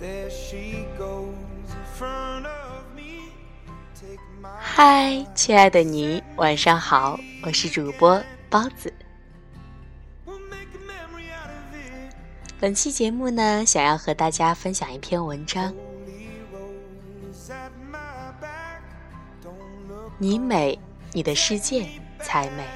嗨，亲爱的你，晚上好，我是主播包子。本期节目呢，想要和大家分享一篇文章。你美，你的世界才美。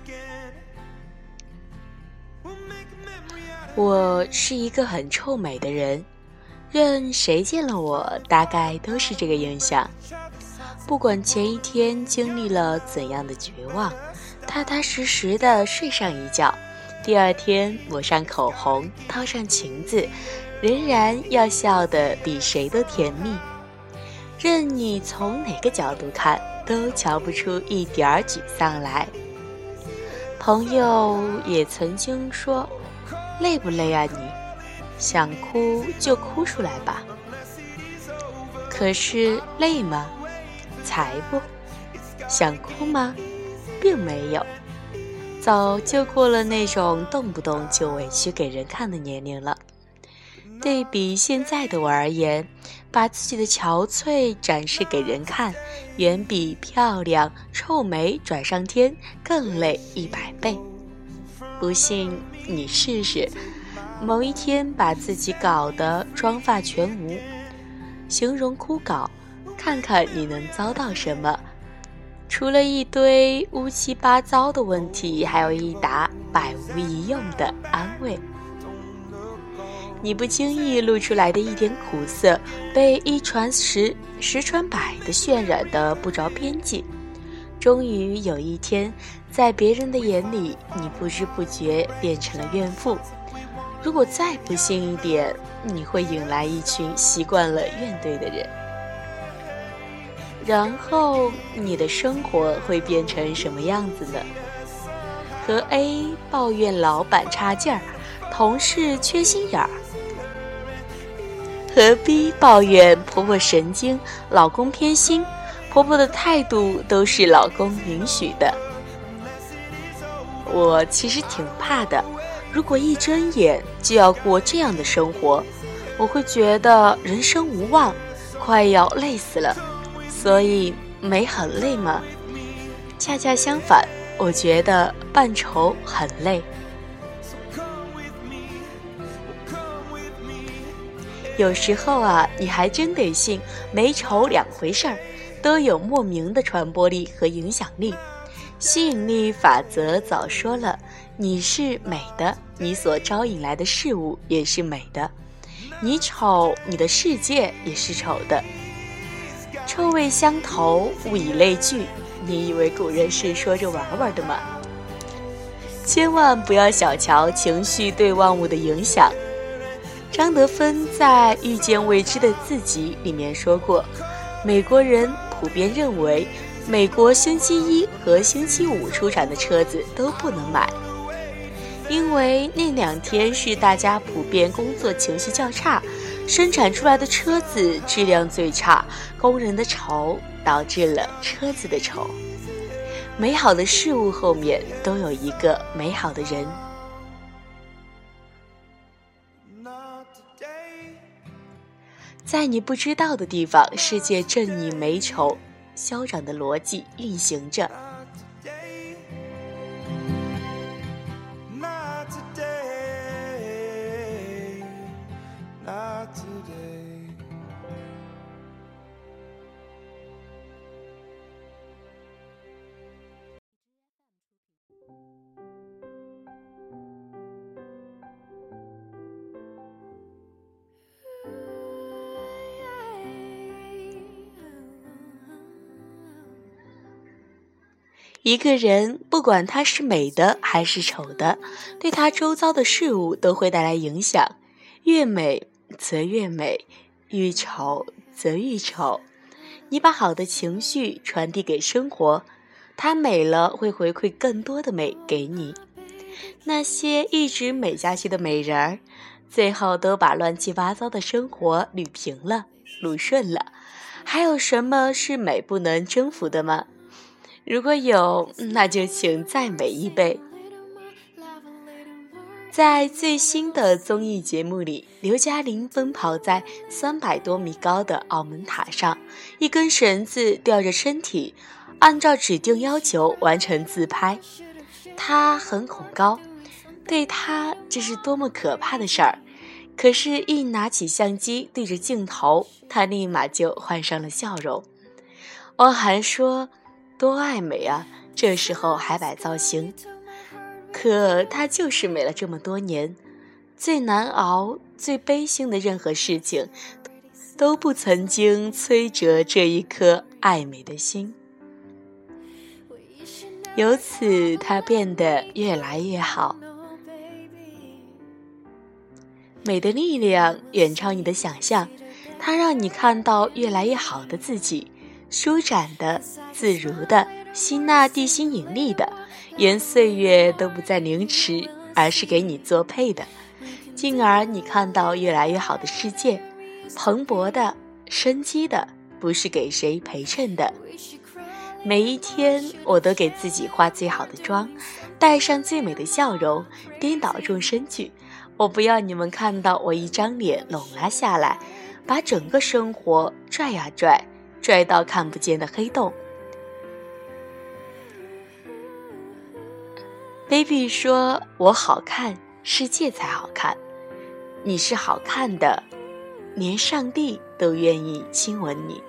我是一个很臭美的人，任谁见了我，大概都是这个印象。不管前一天经历了怎样的绝望，踏踏实实地睡上一觉，第二天抹上口红，套上裙子，仍然要笑得比谁都甜蜜。任你从哪个角度看，都瞧不出一点儿沮丧来。朋友也曾经说，累不累啊你？想哭就哭出来吧。可是累吗？才不。想哭吗？并没有。早就过了那种动不动就委屈给人看的年龄了。对比现在的我而言，把自己的憔悴展示给人看，远比漂亮臭美转上天更累100倍。不信你试试，某一天把自己搞得妆发全无，形容枯槁，看看你能遭到什么。除了一堆乌七八糟的问题，还有一沓百无一用的安慰。你不经意露出来的一点苦涩，被一传十，十传百的渲染得不着边际。终于有一天，在别人的眼里，你不知不觉变成了怨妇。如果再不幸一点，你会引来一群习惯了怨怼的人。然后你的生活会变成什么样子呢？和 A 抱怨老板差劲儿，同事缺心眼儿；和 B 抱怨婆婆神经，老公偏心，婆婆的态度都是老公允许的。我其实挺怕的，如果一睁眼就要过这样的生活，我会觉得人生无望，快要累死了。所以美很累吗？恰恰相反，我觉得扮丑很累。有时候啊，你还真得信美丑两回事儿，都有莫名的传播力和影响力。吸引力法则早说了，你是美的，你所招引来的事物也是美的。你丑，你的世界也是丑的。臭味相投，物以类聚，你以为古人是说着玩玩的吗？千万不要小瞧情绪对万物的影响。张德芬在《遇见未知的自己》里面说过，美国人普遍认为美国星期一和星期五出产的车子都不能买，因为那2天是大家普遍工作情绪较差，生产出来的车子质量最差，工人的愁导致了车子的愁。美好的事物后面都有一个美好的人。在你不知道的地方，世界正以美丑消长的逻辑运行着。一个人不管他是美的还是丑的，对他周遭的事物都会带来影响，越美则越美，愈丑则愈丑。你把好的情绪传递给生活，它美了会回馈更多的美给你。那些一直美下去的美人儿，最后都把乱七八糟的生活捋平了，捋顺了。还有什么是美不能征服的吗？如果有，那就请再美一倍。 在最新的综艺节目里，刘嘉玲奔跑在300多米高的澳门塔上，一根绳子吊着身体，按照指定要求完成自拍。她很恐高，对她这是多么可怕的事儿。可是一拿起相机对着镜头，她立马就换上了笑容。汪涵说多爱美啊，这时候还摆造型。可她就是美了这么多年，最难熬最悲心的任何事情都不曾经摧折这一颗爱美的心。由此她变得越来越好。美的力量远超你的想象，它让你看到越来越好的自己，舒展的、自如的，吸纳地心引力的，连岁月都不再凌迟，而是给你作配的，进而你看到越来越好的世界，蓬勃的、生机的，不是给谁陪衬的。每一天我都给自己化最好的妆，带上最美的笑容，颠倒众生去。我不要你们看到我一张脸拢了下来，把整个生活拽呀拽，拽到看不见的黑洞。Baby 说我好看，世界才好看。你是好看的，连上帝都愿意亲吻你。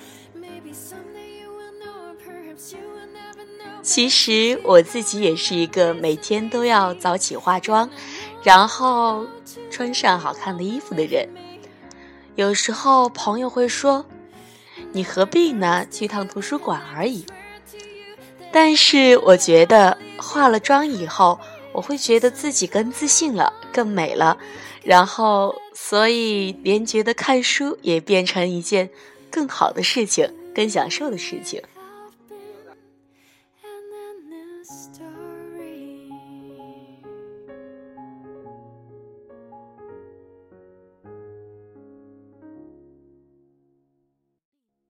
其实我自己也是一个每天都要早起化妆，然后穿上好看的衣服的人。有时候朋友会说，你何必呢，去趟图书馆而已。但是我觉得化了妆以后，我会觉得自己更自信了，更美了，然后所以连觉得看书也变成一件更好的事情，更享受的事情。